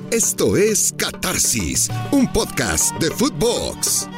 Esto es Catarsis, un podcast de Footbox.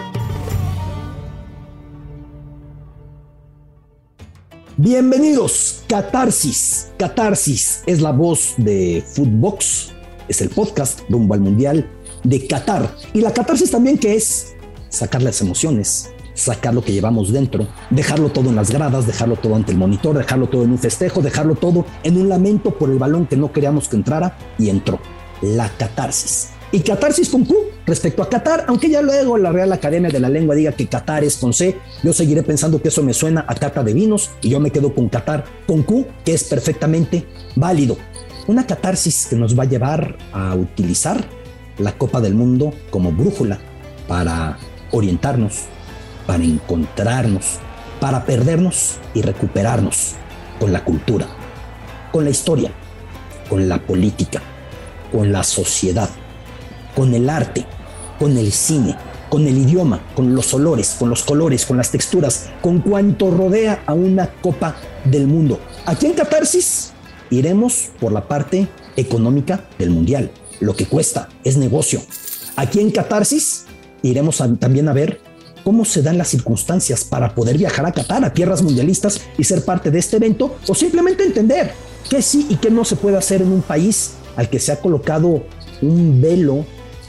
Bienvenidos, Catarsis. Catarsis es la voz de Footbox, es el podcast rumbo al Mundial de Qatar. Y la catarsis también, que es sacar las emociones, sacar lo que llevamos dentro, dejarlo todo en las gradas, dejarlo todo ante el monitor, dejarlo todo en un festejo, dejarlo todo en un lamento por el balón que no queríamos que entrara y entró. La catarsis. Y catarsis con Q respecto a Qatar, aunque ya luego la Real Academia de la Lengua diga que Qatar es con C, yo seguiré pensando que eso me suena a cata de vinos y yo me quedo con Qatar con Q, que es perfectamente válido. Una catarsis que nos va a llevar a utilizar la Copa del Mundo como brújula para orientarnos, para encontrarnos, para perdernos y recuperarnos con la cultura, con la historia, con la política, con la sociedad, con el arte, con el cine, con el idioma, con los olores, con los colores, con las texturas, con cuanto rodea a una Copa del Mundo. Aquí en Catarsis iremos por la parte económica del Mundial, lo que cuesta, es negocio. Aquí en Catarsis iremos también a ver cómo se dan las circunstancias para poder viajar a Qatar, a tierras mundialistas, y ser parte de este evento, o simplemente entender qué sí y qué no se puede hacer en un país al que se ha colocado un velo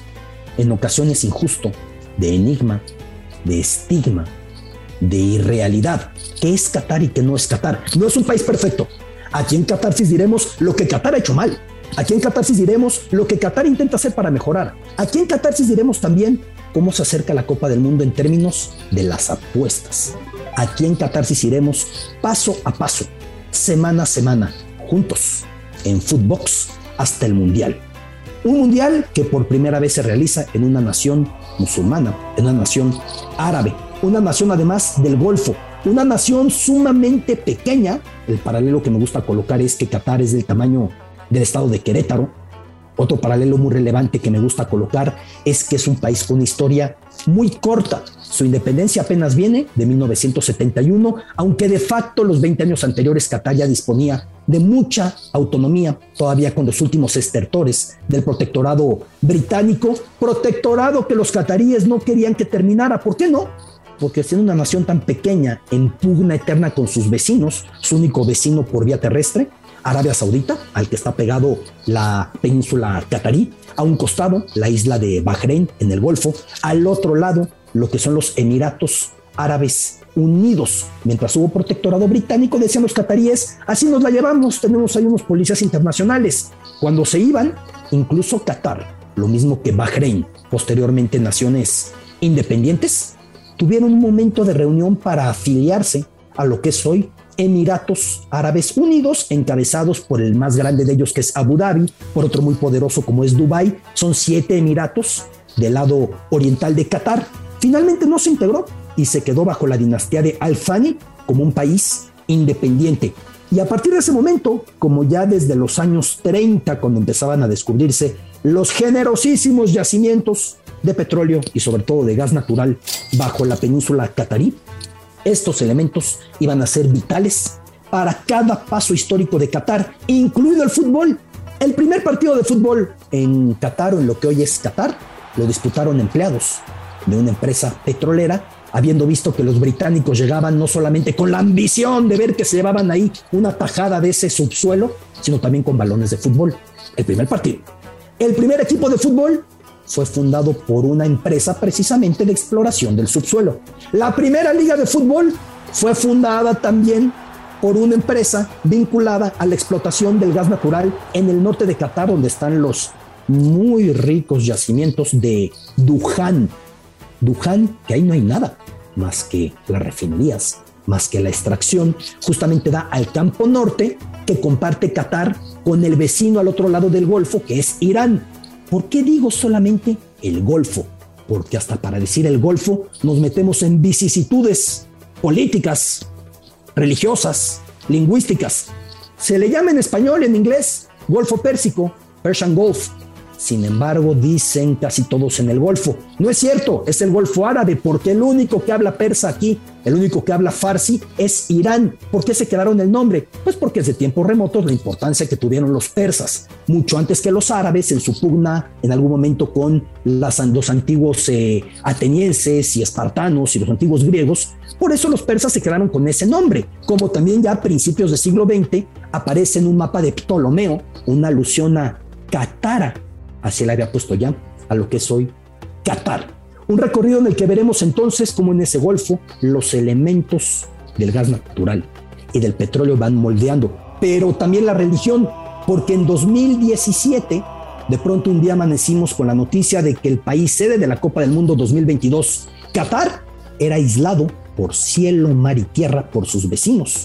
en ocasiones injusto, de enigma, de estigma, de irrealidad. ¿Qué es Qatar y qué no es Qatar? No es un país perfecto. Aquí en Catarsis diremos lo que Qatar ha hecho mal. Aquí en Catarsis diremos lo que Qatar intenta hacer para mejorar. Aquí en Catarsis diremos también cómo se acerca la Copa del Mundo en términos de las apuestas. Aquí en Catarsis iremos paso a paso, semana a semana, juntos, en Footbox, hasta el Mundial. Un Mundial que por primera vez se realiza en una nación musulmana, en una nación árabe, una nación además del Golfo, una nación sumamente pequeña. El paralelo que me gusta colocar es que Qatar es del tamaño del estado de Querétaro. Otro paralelo muy relevante que me gusta colocar es que es un país con una historia muy corta. Su independencia apenas viene de 1971, aunque de facto los 20 años anteriores Qatar ya disponía de mucha autonomía, todavía con los últimos estertores del protectorado británico, protectorado que los cataríes no querían que terminara. ¿Por qué no? Porque siendo una nación tan pequeña, en pugna eterna con sus vecinos, su único vecino por vía terrestre, Arabia Saudita, al que está pegado la península catarí, a un costado la isla de Bahrein en el Golfo, al otro lado lo que son los Emiratos Árabes Unidos. Mientras hubo protectorado británico, decían los cataríes, así nos la llevamos, tenemos ahí unos policías internacionales. Cuando se iban, incluso Qatar, lo mismo que Bahrein, posteriormente naciones independientes, tuvieron un momento de reunión para afiliarse a lo que es hoy Emiratos Árabes Unidos, encabezados por el más grande de ellos, que es Abu Dhabi, por otro muy poderoso como es Dubái. Son 7 emiratos del lado oriental de Qatar. Finalmente no se integró y se quedó bajo la dinastía de Al Thani como un país independiente. Y a partir de ese momento, como ya desde los años 30, cuando empezaban a descubrirse los generosísimos yacimientos de petróleo y sobre todo de gas natural bajo la península catarí, estos elementos iban a ser vitales para cada paso histórico de Qatar, incluido el fútbol. El primer partido de fútbol en Qatar, o en lo que hoy es Qatar, lo disputaron empleados de una empresa petrolera, habiendo visto que los británicos llegaban no solamente con la ambición de ver que se llevaban ahí una tajada de ese subsuelo, sino también con balones de fútbol. El primer partido. El primer equipo de fútbol fue fundado por una empresa precisamente de exploración del subsuelo. La primera liga de fútbol fue fundada también por una empresa vinculada a la explotación del gas natural en el norte de Qatar, donde están los muy ricos yacimientos de Duján. Duján, que ahí no hay nada más que las refinerías, más que la extracción, justamente da al campo norte que comparte Qatar con el vecino al otro lado del Golfo, que es Irán. ¿Por qué digo solamente el Golfo? Porque hasta para decir el Golfo nos metemos en vicisitudes políticas, religiosas, lingüísticas. Se le llama en español, en inglés, Golfo Pérsico, Persian Gulf. Sin embargo, dicen casi todos en el Golfo. No es cierto, es el Golfo Árabe, porque el único que habla persa aquí, el único que habla farsi es Irán. ¿Por qué se quedaron el nombre? Pues porque desde tiempos remotos la importancia que tuvieron los persas, mucho antes que los árabes, en su pugna en algún momento con los antiguos atenienses y espartanos y los antiguos griegos. Por eso los persas se quedaron con ese nombre, como también ya a principios del siglo XX aparece en un mapa de Ptolomeo una alusión a Katara. Así le había puesto ya a lo que es hoy Qatar. Un recorrido en el que veremos entonces cómo en ese golfo los elementos del gas natural y del petróleo van moldeando, pero también la religión, porque en 2017 de pronto un día amanecimos con la noticia de que el país sede de la Copa del Mundo 2022, Qatar, era aislado por cielo, mar y tierra por sus vecinos.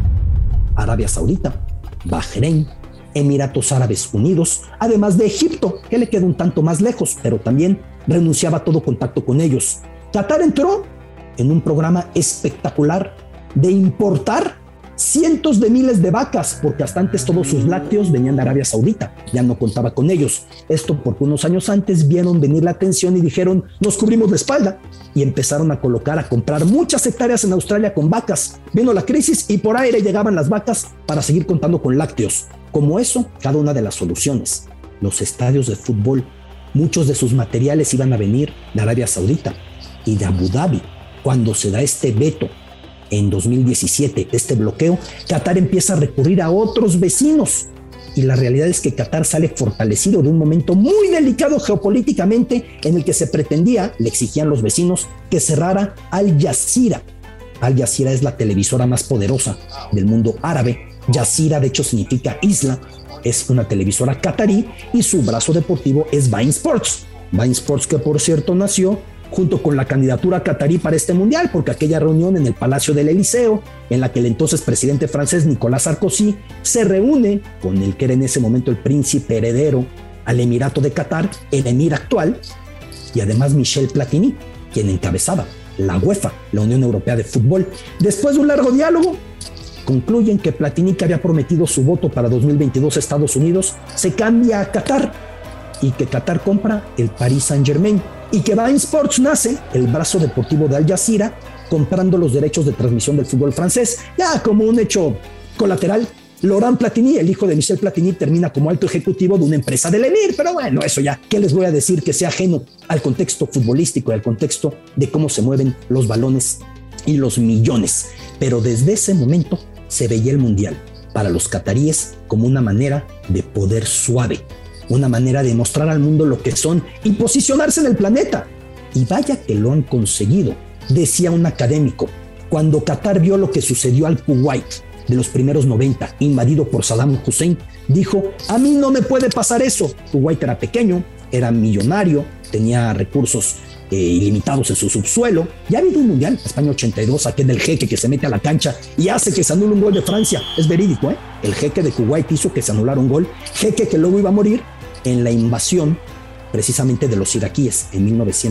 Arabia Saudita, Bahrein, Emiratos Árabes Unidos, además de Egipto, que le queda un tanto más lejos, pero también renunciaba a todo contacto con ellos. Qatar entró en un programa espectacular de importar cientos de miles de vacas, porque hasta antes todos sus lácteos venían de Arabia Saudita, ya no contaba con ellos. Esto porque unos años antes vieron venir la atención y dijeron, nos cubrimos la espalda, y empezaron a comprar muchas hectáreas en Australia con vacas. Vino la crisis y por aire llegaban las vacas para seguir contando con lácteos. Como eso, cada una de las soluciones. Los estadios de fútbol, muchos de sus materiales iban a venir de Arabia Saudita y de Abu Dhabi. Cuando se da este veto en 2017, este bloqueo, Qatar empieza a recurrir a otros vecinos. Y la realidad es que Qatar sale fortalecido de un momento muy delicado geopolíticamente en el que se pretendía, le exigían los vecinos, que cerrara Al Jazeera. Al Jazeera es la televisora más poderosa del mundo árabe. Jazeera de hecho significa isla, es una televisora catarí y su brazo deportivo es Bein Sports. Bein Sports, que por cierto nació junto con la candidatura catarí para este mundial, porque aquella reunión en el Palacio del Eliseo, en la que el entonces presidente francés Nicolas Sarkozy se reúne con el que era en ese momento el príncipe heredero al Emirato de Qatar, el emir actual, y además Michel Platini, quien encabezaba la UEFA, la Unión Europea de Fútbol. Después de un largo diálogo, concluyen que Platini, que había prometido su voto para 2022 a Estados Unidos, se cambia a Qatar y que Qatar compra el Paris Saint-Germain y que Bein Sports nace, el brazo deportivo de Al Jazeera, comprando los derechos de transmisión del fútbol francés. Ya como un hecho colateral, Laurent Platini, el hijo de Michel Platini, termina como alto ejecutivo de una empresa del emir, pero bueno, eso ya, ¿qué les voy a decir que sea ajeno al contexto futbolístico y al contexto de cómo se mueven los balones y los millones? Pero desde ese momento se veía el mundial para los cataríes como una manera de poder suave, una manera de mostrar al mundo lo que son y posicionarse en el planeta. Y vaya que lo han conseguido, decía un académico, cuando Qatar vio lo que sucedió al Kuwait de los primeros 90, invadido por Saddam Hussein, dijo, a mí no me puede pasar eso. Kuwait era pequeño, era millonario, tenía recursos ilimitados en su subsuelo. Ya ha habido un mundial, España 82, aquel del jeque que se mete a la cancha y hace que se anule un gol de Francia. Es verídico, ¿eh? El jeque de Kuwait hizo que se anulara un gol, jeque que luego iba a morir en la invasión precisamente de los iraquíes en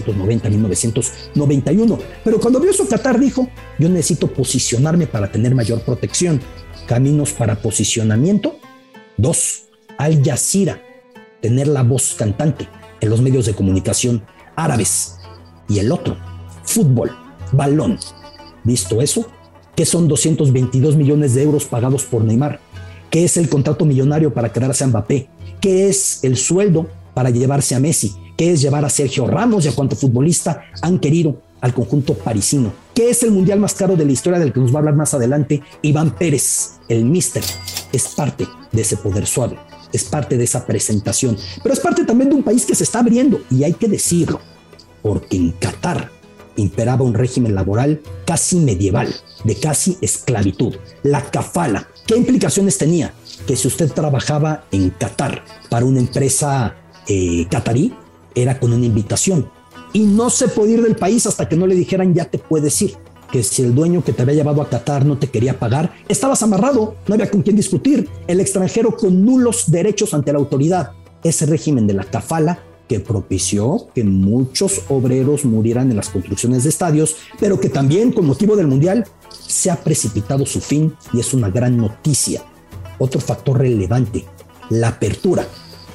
1990-1991. Pero cuando vio eso, Qatar dijo, yo necesito posicionarme para tener mayor protección. Caminos para posicionamiento. 2. Al Jazeera, tener la voz cantante en los medios de comunicación árabes. Y el otro, fútbol, balón. ¿Visto eso? ¿Qué son 222 millones de euros pagados por Neymar? ¿Qué es el contrato millonario para quedarse a Mbappé? ¿Qué es el sueldo para llevarse a Messi? ¿Qué es llevar a Sergio Ramos y a cuánto futbolista han querido al conjunto parisino? ¿Qué es el mundial más caro de la historia del que nos va a hablar más adelante Iván Pérez, el míster? Es parte de ese poder suave, es parte de esa presentación, pero es parte también de un país que se está abriendo, y hay que decirlo, porque en Qatar imperaba un régimen laboral casi medieval, de casi esclavitud, la kafala. ¿Qué implicaciones tenía? Que si usted trabajaba en Qatar para una empresa catarí, era con una invitación y no se podía ir del país hasta que no le dijeran ya te puedes ir. Que si el dueño que te había llevado a Qatar no te quería pagar, estabas amarrado, no había con quién discutir. El extranjero con nulos derechos ante la autoridad. Ese régimen de la kafala que propició que muchos obreros murieran en las construcciones de estadios, pero que también con motivo del mundial se ha precipitado su fin y es una gran noticia. Otro factor relevante, la apertura.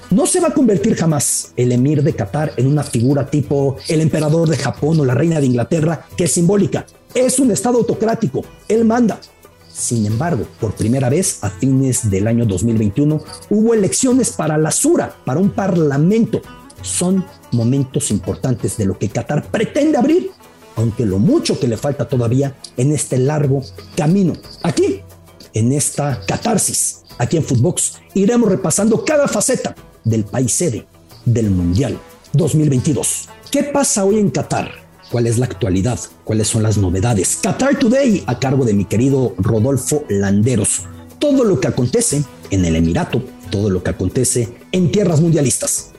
No se va a convertir jamás el emir de Qatar en una figura tipo el emperador de Japón o la reina de Inglaterra, que es simbólica. Es un estado autocrático, él manda. Sin embargo, por primera vez a fines del año 2021 hubo elecciones para la Shura, para un parlamento. Son momentos importantes de lo que Qatar pretende abrir, aunque lo mucho que le falta todavía en este largo camino. Aquí, en esta catarsis, aquí en Footbox, iremos repasando cada faceta del país sede del Mundial 2022. ¿Qué pasa hoy en Qatar? ¿Cuál es la actualidad? ¿Cuáles son las novedades? Qatar Today, a cargo de mi querido Rodolfo Landeros. Todo lo que acontece en el Emirato, todo lo que acontece en tierras mundialistas.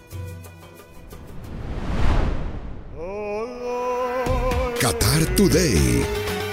Qatar Today.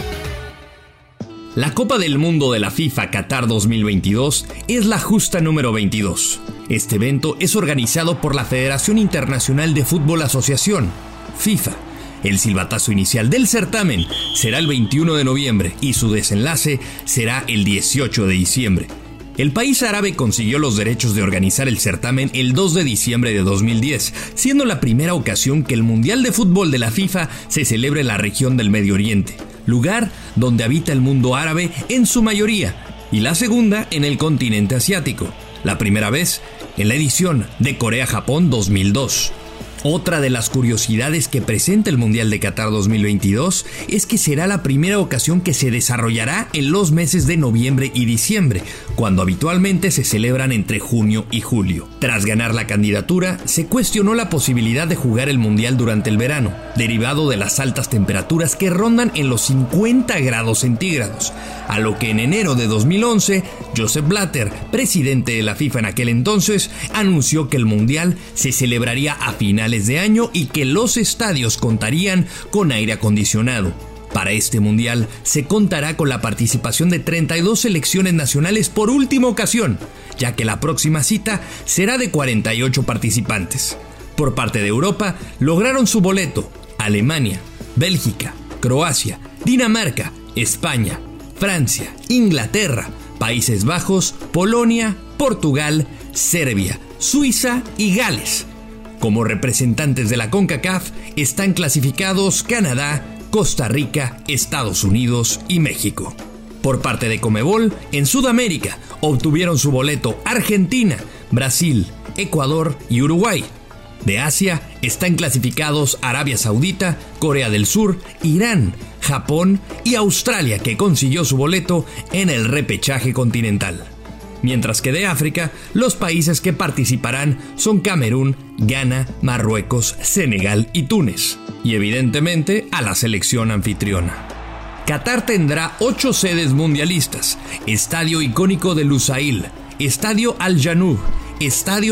La Copa del Mundo de la FIFA Qatar 2022 es la justa número 22. Este evento es organizado por la Federación Internacional de Fútbol Asociación, FIFA. El silbatazo inicial del certamen será el 21 de noviembre y su desenlace será el 18 de diciembre. El país árabe consiguió los derechos de organizar el certamen el 2 de diciembre de 2010, siendo la primera ocasión que el Mundial de Fútbol de la FIFA se celebre en la región del Medio Oriente, lugar donde habita el mundo árabe en su mayoría, y la segunda en el continente asiático, la primera vez en la edición de Corea-Japón 2002. Otra de las curiosidades que presenta el Mundial de Qatar 2022 es que será la primera ocasión que se desarrollará en los meses de noviembre y diciembre, cuando habitualmente se celebran entre junio y julio. Tras ganar la candidatura, se cuestionó la posibilidad de jugar el Mundial durante el verano, derivado de las altas temperaturas que rondan en los 50 grados centígrados, a lo que en enero de 2011, Joseph Blatter, presidente de la FIFA en aquel entonces, anunció que el Mundial se celebraría a finales de año y que los estadios contarían con aire acondicionado. Para este Mundial se contará con la participación de 32 selecciones nacionales por última ocasión, ya que la próxima cita será de 48 participantes. Por parte de Europa, lograron su boleto Alemania, Bélgica, Croacia, Dinamarca, España, Francia, Inglaterra, Países Bajos, Polonia, Portugal, Serbia, Suiza y Gales. Como representantes de la CONCACAF están clasificados Canadá, Costa Rica, Estados Unidos y México. Por parte de Conmebol, en Sudamérica obtuvieron su boleto Argentina, Brasil, Ecuador y Uruguay. De Asia están clasificados Arabia Saudita, Corea del Sur, Irán, Japón y Australia, que consiguió su boleto en el repechaje continental. Mientras que de África, los países que participarán son Camerún, Ghana, Marruecos, Senegal y Túnez, y evidentemente a la selección anfitriona. Qatar tendrá 8 sedes mundialistas: Estadio Icónico de Lusail, Estadio Al Janoub, Estadio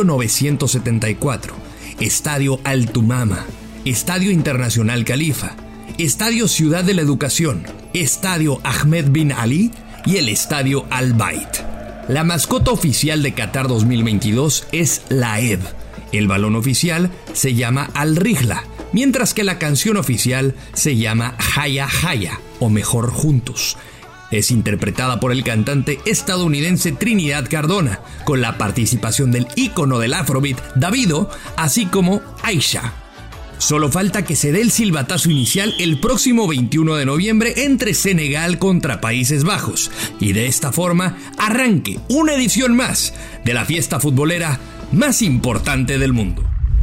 974, Estadio Al Tumama, Estadio Internacional Khalifa, Estadio Ciudad de la Educación, Estadio Ahmed bin Ali y el Estadio Al Bayt. La mascota oficial de Qatar 2022 es la Eb. El balón oficial se llama Al Rihla, mientras que la canción oficial se llama Haya Haya, o mejor Juntos. Es interpretada por el cantante estadounidense Trinidad Cardona, con la participación del ícono del Afrobeat Davido, así como Aisha. Solo falta que se dé el silbatazo inicial el próximo 21 de noviembre entre Senegal contra Países Bajos, y de esta forma arranque una edición más de la fiesta futbolera más importante del mundo.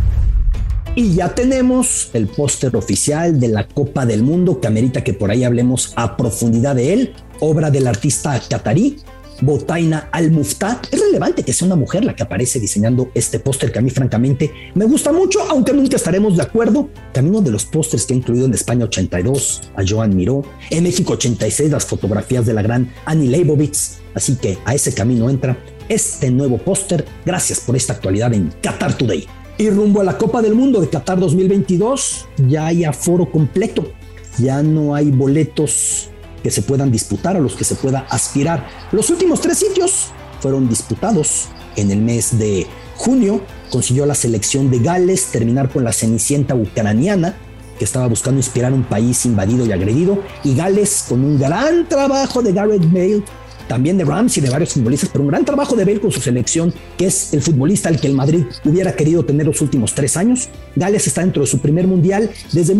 Y ya tenemos el póster oficial de la Copa del Mundo, que amerita que por ahí hablemos a profundidad de él, obra del artista catarí Botaina Al-Muftah. Es relevante que sea una mujer la que aparece diseñando este póster, que a mí francamente me gusta mucho, aunque nunca estaremos de acuerdo. También uno de los pósters que ha incluido en España 82 a Joan Miró, en México 86 las fotografías de la gran Annie Leibovitz, así que a ese camino entra este nuevo póster. Gracias por esta actualidad en Qatar Today. Y rumbo a la Copa del Mundo de Qatar 2022 ya hay aforo completo, ya no hay boletos que se puedan disputar, a los que se pueda aspirar. Los últimos 3 sitios fueron disputados en el mes de junio. Consiguió la selección de Gales terminar con la cenicienta ucraniana, que estaba buscando inspirar un país invadido y agredido, y Gales, con un gran trabajo de Gareth Bale, también de Rams y de varios futbolistas, pero un gran trabajo de Bale con su selección, que es el futbolista al que el Madrid hubiera querido tener los últimos 3 años. Gales está dentro de su primer mundial desde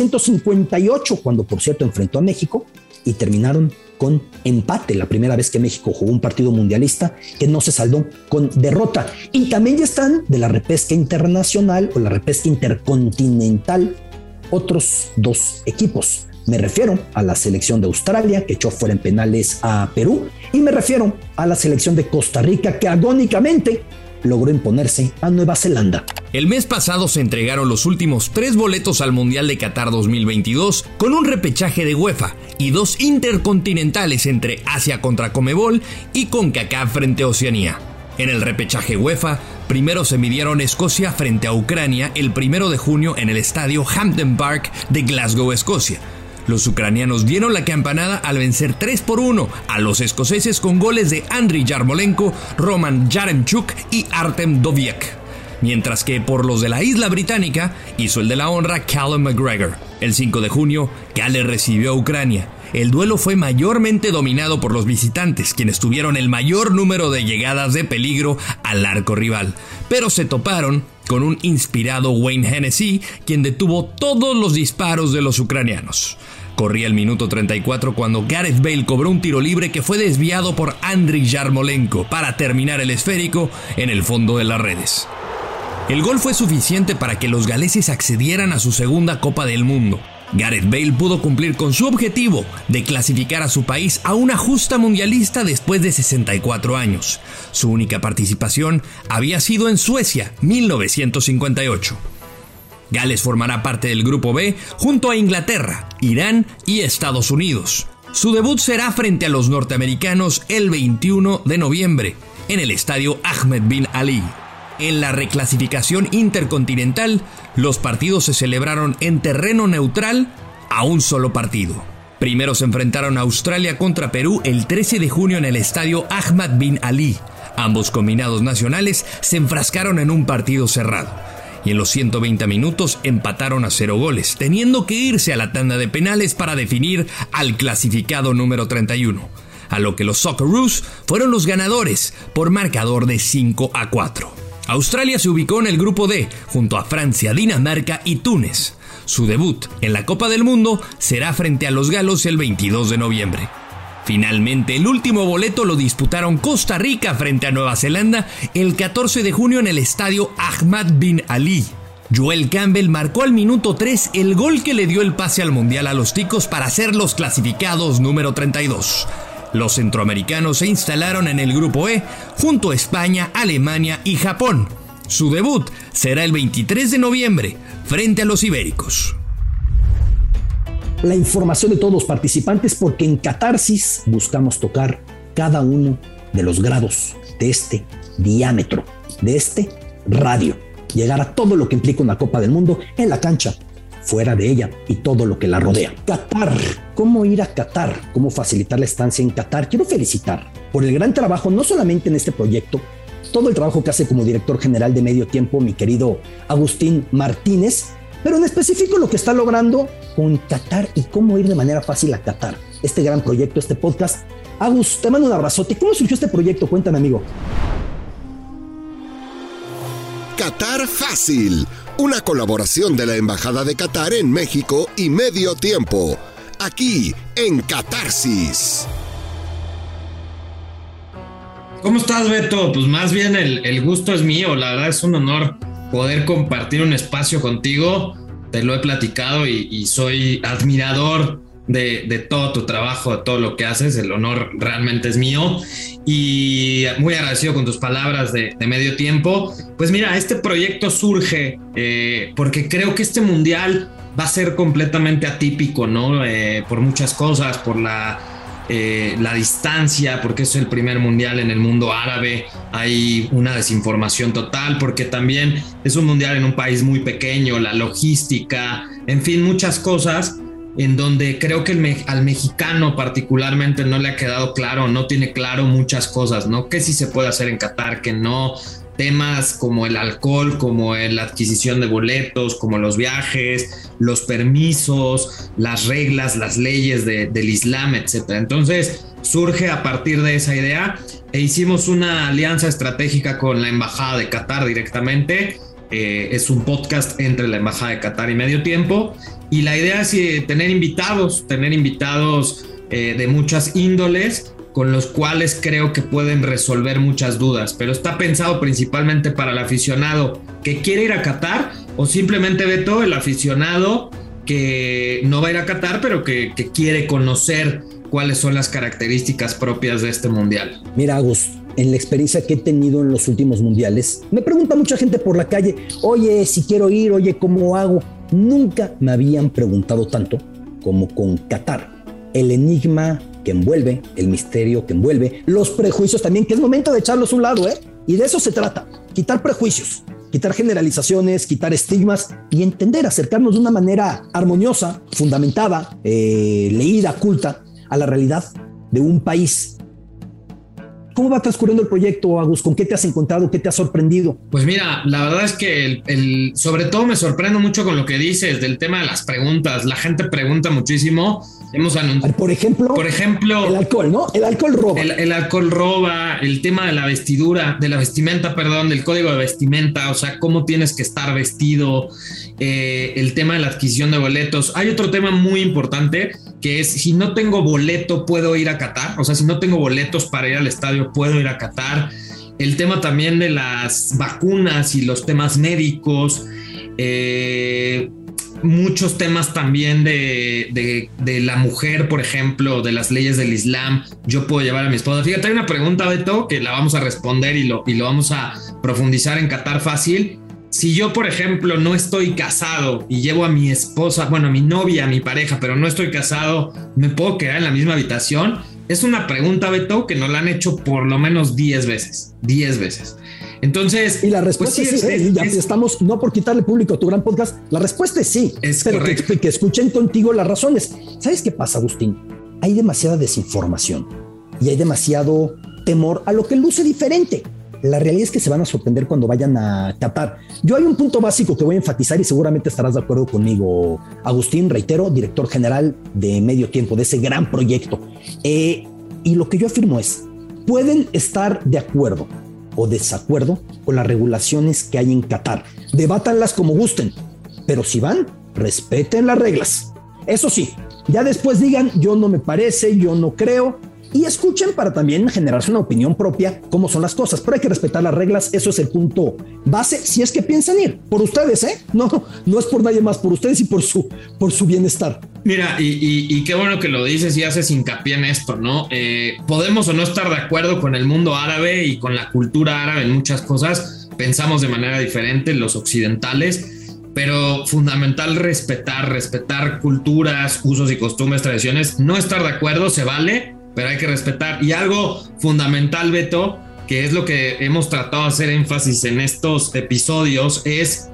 1958, cuando por cierto enfrentó a México, y terminaron con empate, la primera vez que México jugó un partido mundialista que no se saldó con derrota. Y también ya están de la repesca internacional o la repesca intercontinental otros 2 equipos. Me refiero a la selección de Australia, que echó fuera en penales a Perú, y me refiero a la selección de Costa Rica, que agónicamente logró imponerse a Nueva Zelanda. El mes pasado se entregaron los últimos 3 boletos al Mundial de Qatar 2022 con un repechaje de UEFA y 2 intercontinentales entre Asia contra Conmebol y CONCACAF frente a Oceanía. En el repechaje UEFA, primero se midieron Escocia frente a Ucrania el 1 de junio en el estadio Hampden Park de Glasgow, Escocia. Los ucranianos dieron la campanada al vencer 3-1 a los escoceses con goles de Andriy Yarmolenko, Roman Yaremchuk y Artem Doviak. Mientras que por los de la isla británica hizo el de la honra Callum McGregor. El 5 de junio, Gales recibió a Ucrania. El duelo fue mayormente dominado por los visitantes, quienes tuvieron el mayor número de llegadas de peligro al arco rival, pero se toparon con un inspirado Wayne Hennessy, quien detuvo todos los disparos de los ucranianos. Corría el minuto 34 cuando Gareth Bale cobró un tiro libre que fue desviado por Andriy Yarmolenko para terminar el esférico en el fondo de las redes. El gol fue suficiente para que los galeses accedieran a su segunda Copa del Mundo. Gareth Bale pudo cumplir con su objetivo de clasificar a su país a una justa mundialista después de 64 años. Su única participación había sido en Suecia, 1958. Gales formará parte del Grupo B junto a Inglaterra, Irán y Estados Unidos. Su debut será frente a los norteamericanos el 21 de noviembre en el estadio Ahmed bin Ali. En la reclasificación intercontinental, los partidos se celebraron en terreno neutral a un solo partido. Primero se enfrentaron a Australia contra Perú el 13 de junio en el estadio Ahmed bin Ali. Ambos combinados nacionales se enfrascaron en un partido cerrado y en los 120 minutos empataron a 0 goles, teniendo que irse a la tanda de penales para definir al clasificado número 31, a lo que los Socceroos fueron los ganadores por marcador de 5-4. Australia se ubicó en el Grupo D junto a Francia, Dinamarca y Túnez. Su debut en la Copa del Mundo será frente a los galos el 22 de noviembre. Finalmente, el último boleto lo disputaron Costa Rica frente a Nueva Zelanda el 14 de junio en el estadio Ahmed bin Ali. Joel Campbell marcó al minuto 3 el gol que le dio el pase al Mundial a los ticos para ser los clasificados número 32. Los centroamericanos se instalaron en el Grupo E junto a España, Alemania y Japón. Su debut será el 23 de noviembre frente a los ibéricos. La información de todos los participantes, porque en Catarsis buscamos tocar cada uno de los grados de este diámetro, de este radio. Llegar a todo lo que implica una Copa del Mundo en la cancha, fuera de ella y todo lo que la rodea. Qatar. ¿Cómo ir a Qatar? ¿Cómo facilitar la estancia en Qatar? Quiero felicitar por el gran trabajo, no solamente en este proyecto, todo el trabajo que hace como director general de Medio Tiempo mi querido Agustín Martínez, pero en específico lo que está logrando con Qatar y cómo ir de manera fácil a Qatar. Este gran proyecto, este podcast. Agus, te mando un abrazote. ¿Cómo surgió este proyecto? Cuéntame, amigo. Qatar Fácil, una colaboración de la Embajada de Qatar en México y Medio Tiempo, aquí en Catarsis. ¿Cómo estás, Beto? Pues más bien el gusto es mío, la verdad es un honor poder compartir un espacio contigo, te lo he platicado y soy admirador de todo tu trabajo, de todo lo que haces, el honor realmente es mío y muy agradecido con tus palabras de Medio Tiempo. Pues mira, este proyecto surge porque creo que este mundial va a ser completamente atípico, ¿no? Por muchas cosas, por la distancia, porque es el primer mundial en el mundo árabe, hay una desinformación total, porque también es un mundial en un país muy pequeño, la logística, en fin, muchas cosas en donde creo que al mexicano particularmente no le ha quedado claro, no tiene claro muchas cosas, ¿no? Que sí se puede hacer en Qatar, que no. Temas como el alcohol, como la adquisición de boletos, como los viajes, los permisos, las reglas, las leyes del Islam, etc. Entonces, surge a partir de esa idea e hicimos una alianza estratégica con la Embajada de Qatar directamente. Es un podcast entre la Embajada de Qatar y Medio Tiempo, y la idea es tener invitados de muchas índoles con los cuales creo que pueden resolver muchas dudas, pero está pensado principalmente para el aficionado que quiere ir a Qatar, o simplemente, Beto, el aficionado que no va a ir a Qatar pero que quiere conocer cuáles son las características propias de este mundial. Mira, Agus, en la experiencia que he tenido en los últimos mundiales, me pregunta mucha gente por la calle, oye, si quiero ir, oye, ¿cómo hago? Nunca me habían preguntado tanto como con Qatar. El enigma que envuelve, el misterio que envuelve, los prejuicios también, que es momento de echarlos a un lado, y de eso se trata, quitar prejuicios, quitar generalizaciones, quitar estigmas y entender, acercarnos de una manera armoniosa, fundamentada, leída, culta, a la realidad de un país. ¿Cómo va transcurriendo el proyecto, Agus? ¿Con qué te has encontrado? ¿Qué te ha sorprendido? Pues mira, la verdad es que sobre todo me sorprendo mucho con lo que dices del tema de las preguntas. La gente pregunta muchísimo. Hemos anunciado. Por ejemplo, el alcohol, ¿no? El alcohol roba. El alcohol roba, el tema de la vestimenta, del código de vestimenta, o sea, cómo tienes que estar vestido, el tema de la adquisición de boletos. Hay otro tema muy importante que es, si no tengo boleto, ¿puedo ir a Qatar? O sea, si no tengo boletos para ir al estadio, ¿puedo ir a Qatar? El tema también de las vacunas y los temas médicos, muchos temas también de la mujer, por ejemplo, de las leyes del Islam. Yo puedo llevar a mi esposa. Fíjate, hay una pregunta, Beto, que la vamos a responder y lo vamos a profundizar en Qatar Fácil. Si yo, por ejemplo, no estoy casado y llevo a mi esposa, a mi novia, a mi pareja, pero no estoy casado, ¿me puedo quedar en la misma habitación? Es una pregunta, Beto, que nos la han hecho por lo menos 10 veces. 10 veces. Entonces, y la respuesta pues sí, estamos, no por quitarle público a tu gran podcast, la respuesta es sí, pero que escuchen contigo las razones. ¿Sabes qué pasa, Agustín? Hay demasiada desinformación y hay demasiado temor a lo que luce diferente. La realidad es que se van a sorprender cuando vayan a Qatar. Yo hay un punto básico que voy a enfatizar y seguramente estarás de acuerdo conmigo, Agustín, reitero, director general de Medio Tiempo, de ese gran proyecto. Y lo que yo afirmo es, pueden estar de acuerdo o desacuerdo con las regulaciones que hay en Qatar. Debátanlas como gusten, pero si van, respeten las reglas. Eso sí, ya después digan, yo no me parece, yo no creo, y escuchen para también generarse una opinión propia cómo son las cosas, pero hay que respetar las reglas. Eso es el punto base si es que piensan ir, por ustedes, no es por nadie más, por ustedes y por su bienestar. Mira, y qué bueno que lo dices y haces hincapié en esto, ¿no? Podemos o no estar de acuerdo con el mundo árabe y con la cultura árabe en muchas cosas, pensamos de manera diferente los occidentales, pero fundamental respetar culturas, usos y costumbres, tradiciones. No estar de acuerdo se vale, pero hay que respetar. Y algo fundamental, Beto, que es lo que hemos tratado de hacer énfasis en estos episodios, es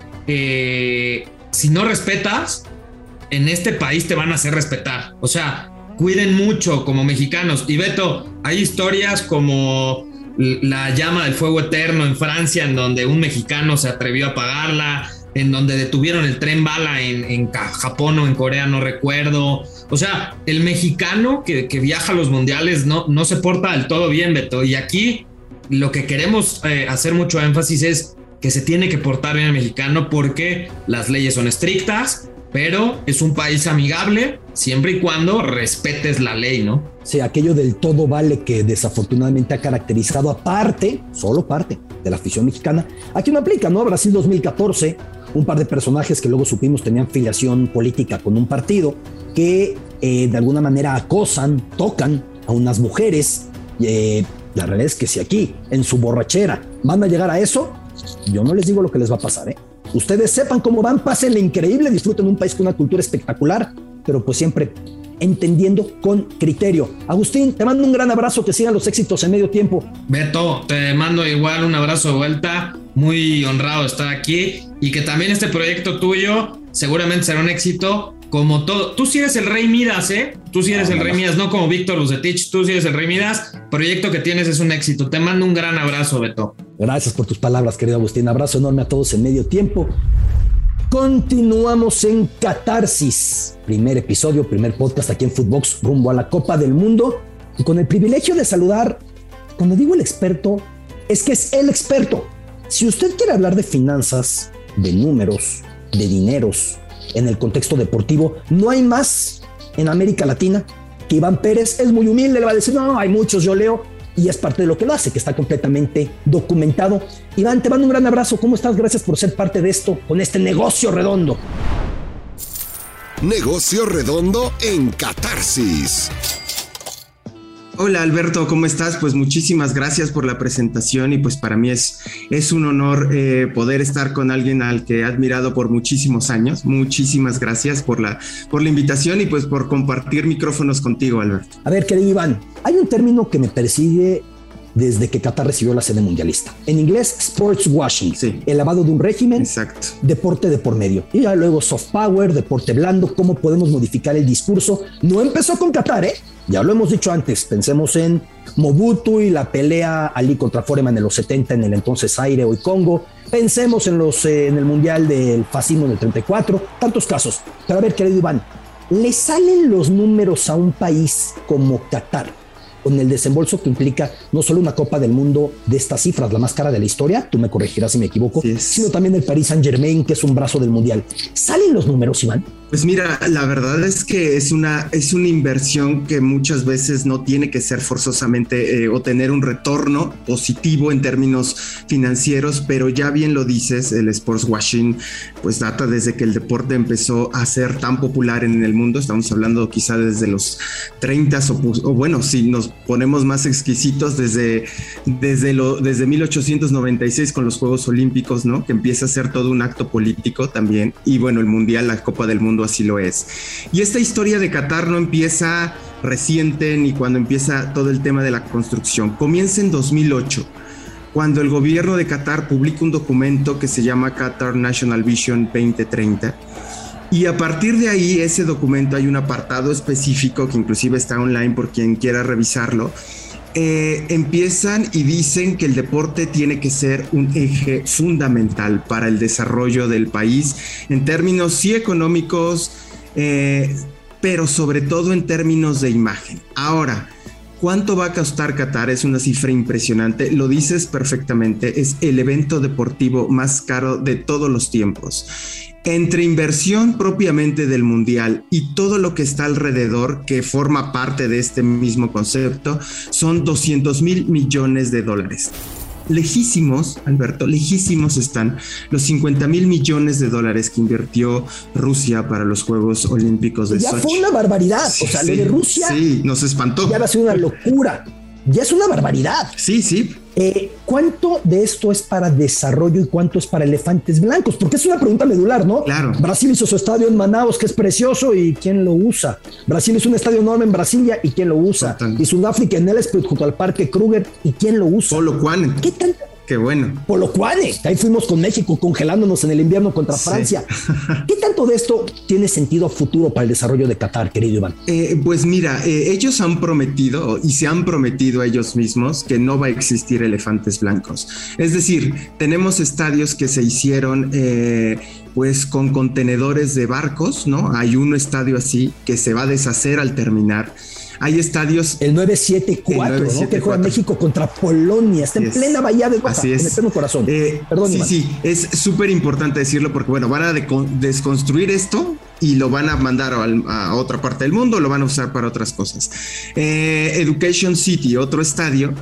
si no respetas, en este país te van a hacer respetar. O sea, cuiden mucho como mexicanos. Y Beto, hay historias como la llama del fuego eterno en Francia, en donde un mexicano se atrevió a apagarla, en donde detuvieron el tren bala en Japón o en Corea, no recuerdo. O sea, el mexicano que viaja a los mundiales no se porta del todo bien, Beto. Y aquí lo que queremos hacer mucho énfasis es que se tiene que portar bien el mexicano, porque las leyes son estrictas, pero es un país amigable siempre y cuando respetes la ley, ¿no? Sí, aquello del todo vale que desafortunadamente ha caracterizado solo parte de la afición mexicana. Aquí no aplica, ¿no? Brasil 2014, un par de personajes que luego supimos tenían filiación política con un partido que de alguna manera acosan, tocan a unas mujeres. La realidad es que si aquí en su borrachera van a llegar a eso, yo no les digo lo que les va a pasar, Ustedes sepan cómo van, pásenle increíble, disfruten un país con una cultura espectacular, pero pues siempre entendiendo con criterio. Agustín, te mando un gran abrazo, que sigan los éxitos en Medio Tiempo. Beto, te mando igual un abrazo de vuelta, muy honrado de estar aquí, y que también este proyecto tuyo seguramente será un éxito como todo. Tú sí eres el Rey Midas, Tú sí eres el Rey Midas, no como Víctor Luzetich, tú sí eres el Rey Midas. Proyecto que tienes es un éxito. Te mando un gran abrazo, Beto. Gracias por tus palabras, querido Agustín. Abrazo enorme a todos en Medio Tiempo. Continuamos en Catarsis. Primer episodio, primer podcast aquí en Footbox rumbo a la Copa del Mundo. y con el privilegio de saludar, cuando digo el experto, es que es el experto. Si usted quiere hablar de finanzas, de números, de dineros, en el contexto deportivo, no hay más en América Latina que Iván Pérez. Es muy humilde, le va a decir, no, hay muchos, yo leo, y es parte de lo que lo hace, que está completamente documentado. Iván, te mando un gran abrazo, ¿cómo estás? Gracias por ser parte de esto, con este negocio redondo. Negocio redondo en Catarsis. Hola Alberto, ¿cómo estás? Pues muchísimas gracias por la presentación y pues para mí es un honor poder estar con alguien al que he admirado por muchísimos años. Muchísimas gracias por la invitación y pues por compartir micrófonos contigo, Alberto. A ver, querido Iván, hay un término que me persigue desde que Qatar recibió la sede mundialista. En inglés, sports washing, sí. El lavado de un régimen, exacto. Deporte de por medio. Y ya luego soft power, deporte blando, cómo podemos modificar el discurso. No empezó con Qatar, ya lo hemos dicho antes. Pensemos en Mobutu y la pelea Ali contra Foreman en los 70 en el entonces Zaire, hoy Congo. Pensemos en el mundial del fascismo del 34, tantos casos. Pero a ver, querido Iván, ¿le salen los números a un país como Qatar con el desembolso que implica no solo una Copa del Mundo de estas cifras, la más cara de la historia, tú me corregirás si me equivoco, sino también el Paris Saint-Germain, que es un brazo del Mundial? ¿Salen los números, Iván? Pues mira, la verdad es que es una inversión que muchas veces no tiene que ser forzosamente o tener un retorno positivo en términos financieros, pero ya bien lo dices, el sports washing pues data desde que el deporte empezó a ser tan popular en el mundo. Estamos hablando quizá desde los 30 o bueno, si nos ponemos más exquisitos desde 1896 con los Juegos Olímpicos, ¿no? Que empieza a ser todo un acto político también, y bueno, el Mundial, la Copa del Mundo así lo es. Y esta historia de Qatar no empieza reciente ni cuando empieza todo el tema de la construcción. Comienza en 2008, cuando el gobierno de Qatar publica un documento que se llama Qatar National Vision 2030. Y a partir de ahí, ese documento, hay un apartado específico que inclusive está online por quien quiera revisarlo. Empiezan y dicen que el deporte tiene que ser un eje fundamental para el desarrollo del país en términos sí económicos, pero sobre todo en términos de imagen. Ahora, ¿cuánto va a costar Qatar? Es una cifra impresionante, lo dices perfectamente, es el evento deportivo más caro de todos los tiempos. Entre inversión propiamente del Mundial y todo lo que está alrededor, que forma parte de este mismo concepto, son $200,000 millones. Lejísimos, Alberto, lejísimos están los $50,000 millones que invirtió Rusia para los Juegos Olímpicos de Sochi. Ya fue una barbaridad, Sí, o sea, lo de Rusia... Sí, nos espantó. Ya va a ser una locura, ya es una barbaridad. Sí. ¿Cuánto de esto es para desarrollo y cuánto es para elefantes blancos? Porque es una pregunta medular, ¿no? Claro. Brasil hizo su estadio en Manaus, que es precioso, ¿y quién lo usa? Brasil hizo un estadio enorme en Brasilia, ¿y quién lo usa? Total. Y Sudáfrica en Nelspruit, junto al Parque Kruger, ¿y quién lo usa? Polokwane. ¿Qué tan? Qué bueno. Polokwane, ahí fuimos con México congelándonos en el invierno contra Francia. ¿Qué tanto de esto tiene sentido a futuro para el desarrollo de Qatar, querido Iván? Pues mira, ellos han prometido y se han prometido a ellos mismos que no va a existir elefantes blancos. Es decir, tenemos estadios que se hicieron pues con contenedores de barcos, ¿no? Hay un estadio así que se va a deshacer al terminar. Hay estadios... El 974, ¿no? Que juega México contra Polonia. Está en plena bahía de Guapa, en el pleno corazón. Perdón, Iván. Sí, es súper importante decirlo porque, bueno, van a desconstruir esto y lo van a mandar a otra parte del mundo, lo van a usar para otras cosas. Education City, otro estadio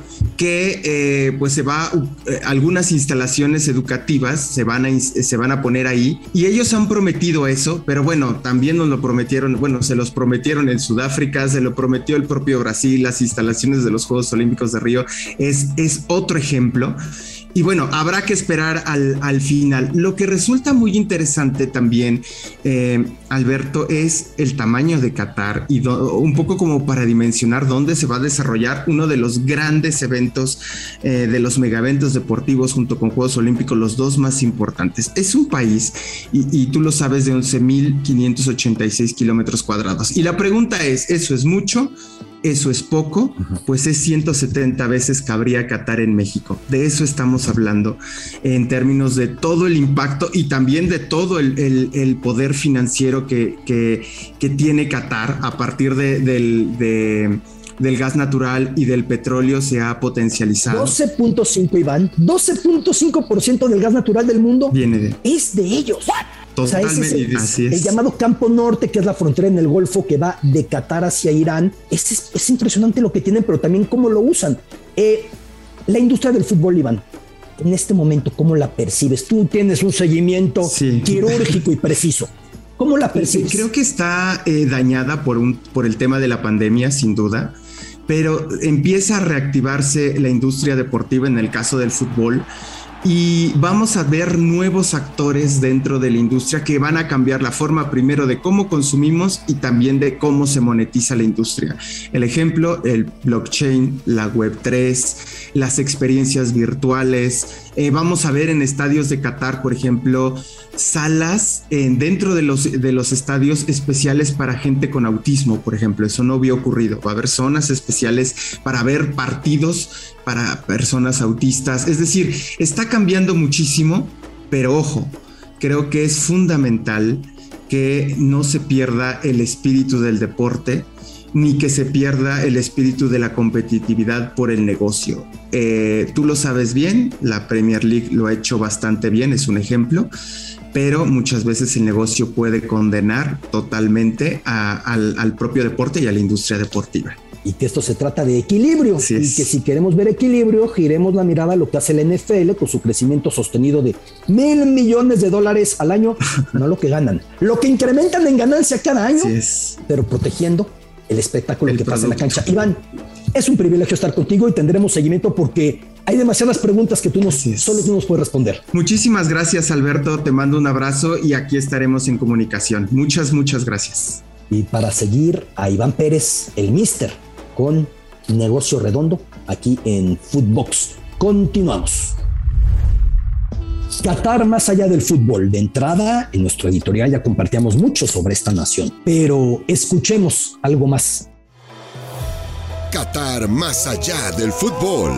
que pues algunas instalaciones educativas se van a poner ahí, y ellos han prometido eso, pero bueno, también nos lo prometieron, bueno, se los prometieron en Sudáfrica, se lo prometió el propio Brasil, las instalaciones de los Juegos Olímpicos de Río, es otro ejemplo. Y bueno, habrá que esperar al final. Lo que resulta muy interesante también, Alberto, es el tamaño de Qatar y un poco como para dimensionar dónde se va a desarrollar uno de los grandes eventos, de los megaeventos deportivos junto con Juegos Olímpicos, los dos más importantes. Es un país, y tú lo sabes, de 11,586 kilómetros cuadrados. Y la pregunta es, ¿eso es mucho? ¿Eso es poco? Pues es 170 veces cabría Qatar en México. De eso estamos hablando en términos de todo el impacto y también de todo el poder financiero que tiene Qatar a partir de del gas natural y del petróleo se ha potencializado. 12.5, Iván, 12.5% del gas natural del mundo es de ellos. Totalmente, o sea, así es. El llamado Campo Norte, que es la frontera en el Golfo que va de Qatar hacia Irán. Es impresionante lo que tienen, pero también cómo lo usan. La industria del fútbol, Iván, en este momento, ¿cómo la percibes? Tú tienes un seguimiento quirúrgico y preciso. ¿Cómo la percibes? Creo que está dañada por el tema de la pandemia, sin duda, pero empieza a reactivarse la industria deportiva en el caso del fútbol. Y vamos a ver nuevos actores dentro de la industria que van a cambiar la forma primero de cómo consumimos y también de cómo se monetiza la industria. El ejemplo, el blockchain, la Web3, las experiencias virtuales. Vamos a ver en estadios de Qatar, por ejemplo, salas dentro de los estadios especiales para gente con autismo, por ejemplo. Eso no había ocurrido. Va a haber zonas especiales para ver partidos para personas autistas. Es decir, está cambiando muchísimo, pero ojo, creo que es fundamental que no se pierda el espíritu del deporte, ni que se pierda el espíritu de la competitividad por el negocio. Tú lo sabes bien, la Premier League lo ha hecho bastante bien, es un ejemplo, pero muchas veces el negocio puede condenar totalmente al propio deporte y a la industria deportiva. Y que esto se trata de equilibrio, y que si queremos ver equilibrio, giremos la mirada a lo que hace el NFL con su crecimiento sostenido de $1,000 millones al año, no lo que ganan, lo que incrementan en ganancia cada año, pero protegiendo el espectáculo que pasa en la cancha. Iván, es un privilegio estar contigo y tendremos seguimiento porque hay demasiadas preguntas que solo tú nos puedes responder. Muchísimas gracias, Alberto, te mando un abrazo y aquí estaremos en comunicación. Muchas gracias. Y para seguir a Iván Pérez, el Mister, con Negocio Redondo, aquí en Footbox. Continuamos. Qatar más allá del fútbol. De entrada, en nuestro editorial ya compartíamos mucho sobre esta nación, pero escuchemos algo más. Qatar más allá del fútbol.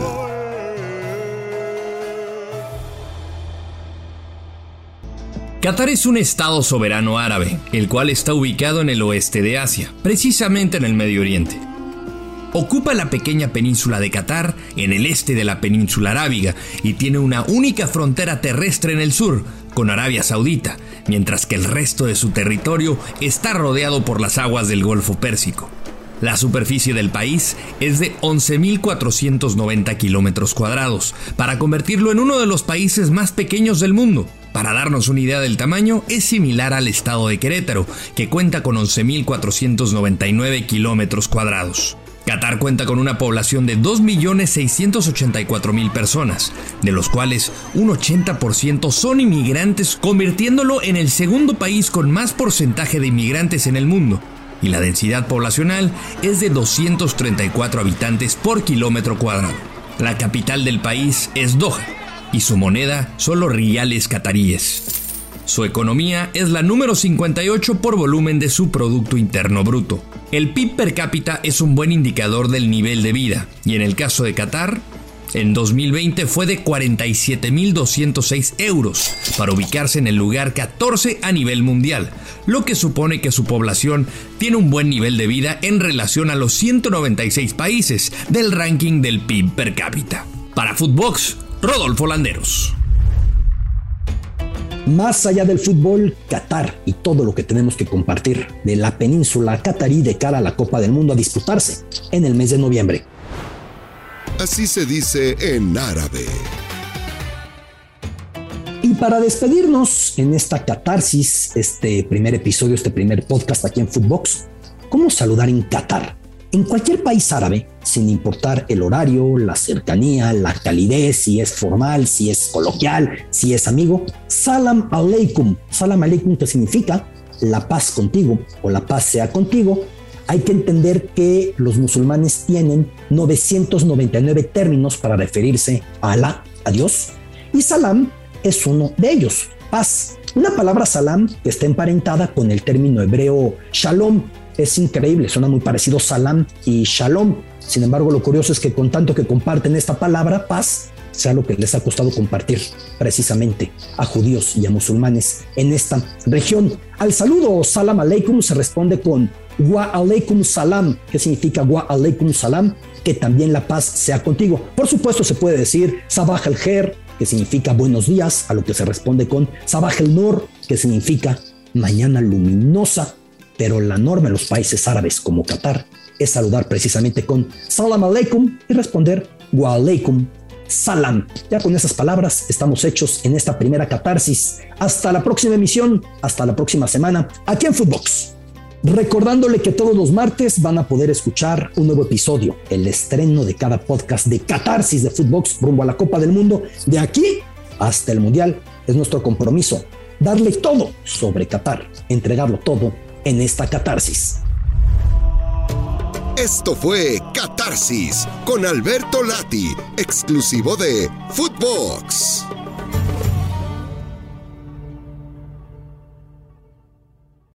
Qatar es un estado soberano árabe, el cual está ubicado en el oeste de Asia, precisamente en el Medio Oriente. Ocupa la pequeña península de Qatar en el este de la península arábiga y tiene una única frontera terrestre en el sur, con Arabia Saudita, mientras que el resto de su territorio está rodeado por las aguas del Golfo Pérsico. La superficie del país es de 11.490 kilómetros cuadrados, para convertirlo en uno de los países más pequeños del mundo. Para darnos una idea del tamaño, es similar al estado de Querétaro, que cuenta con 11.499 kilómetros cuadrados. Qatar cuenta con una población de 2.684.000 personas, de los cuales un 80% son inmigrantes, convirtiéndolo en el segundo país con más porcentaje de inmigrantes en el mundo. Y la densidad poblacional es de 234 habitantes por kilómetro cuadrado. La capital del país es Doha, y su moneda son los riales qataríes. Su economía es la número 58 por volumen de su Producto Interno Bruto. El PIB per cápita es un buen indicador del nivel de vida, y en el caso de Qatar, en 2020 fue de 47.206 euros, para ubicarse en el lugar 14 a nivel mundial, lo que supone que su población tiene un buen nivel de vida en relación a los 196 países del ranking del PIB per cápita. Para Footbox, Rodolfo Landeros. Más allá del fútbol, Qatar y todo lo que tenemos que compartir de la península qatarí de cara a la Copa del Mundo a disputarse en el mes de noviembre. Así se dice en árabe. Y para despedirnos en esta catarsis, este primer episodio, este primer podcast aquí en Footbox, ¿cómo saludar en Qatar? En cualquier país árabe, sin importar el horario, la cercanía, la calidez, si es formal, si es coloquial, si es amigo, salam aleikum. Salam aleikum, que significa la paz contigo o la paz sea contigo. Hay que entender que los musulmanes tienen 999 términos para referirse a Alá, a Dios, y salam es uno de ellos, paz. Una palabra salam que está emparentada con el término hebreo shalom. Es increíble, suena muy parecido salam y shalom. Sin embargo, lo curioso es que con tanto que comparten esta palabra, paz, sea lo que les ha costado compartir precisamente a judíos y a musulmanes en esta región. Al saludo salam aleikum se responde con Wa alaikum salam. ¿Qué significa wa alaikum salam? Que también la paz sea contigo. Por supuesto se puede decir Sabah al Khair, que significa buenos días, a lo que se responde con Sabah al Nur, que significa mañana luminosa. Pero la norma en los países árabes como Qatar es saludar precisamente con Salam Aleikum y responder Wa Aleikum Salam. Ya con esas palabras estamos hechos en esta primera catarsis. Hasta la próxima emisión, hasta la próxima semana, aquí en Footbox. Recordándole que todos los martes van a poder escuchar un nuevo episodio, el estreno de cada podcast de Catarsis de Footbox rumbo a la Copa del Mundo. De aquí hasta el Mundial es nuestro compromiso darle todo sobre Qatar, entregarlo todo en esta catarsis. Esto fue Catarsis con Alberto Lati, exclusivo de Footbox.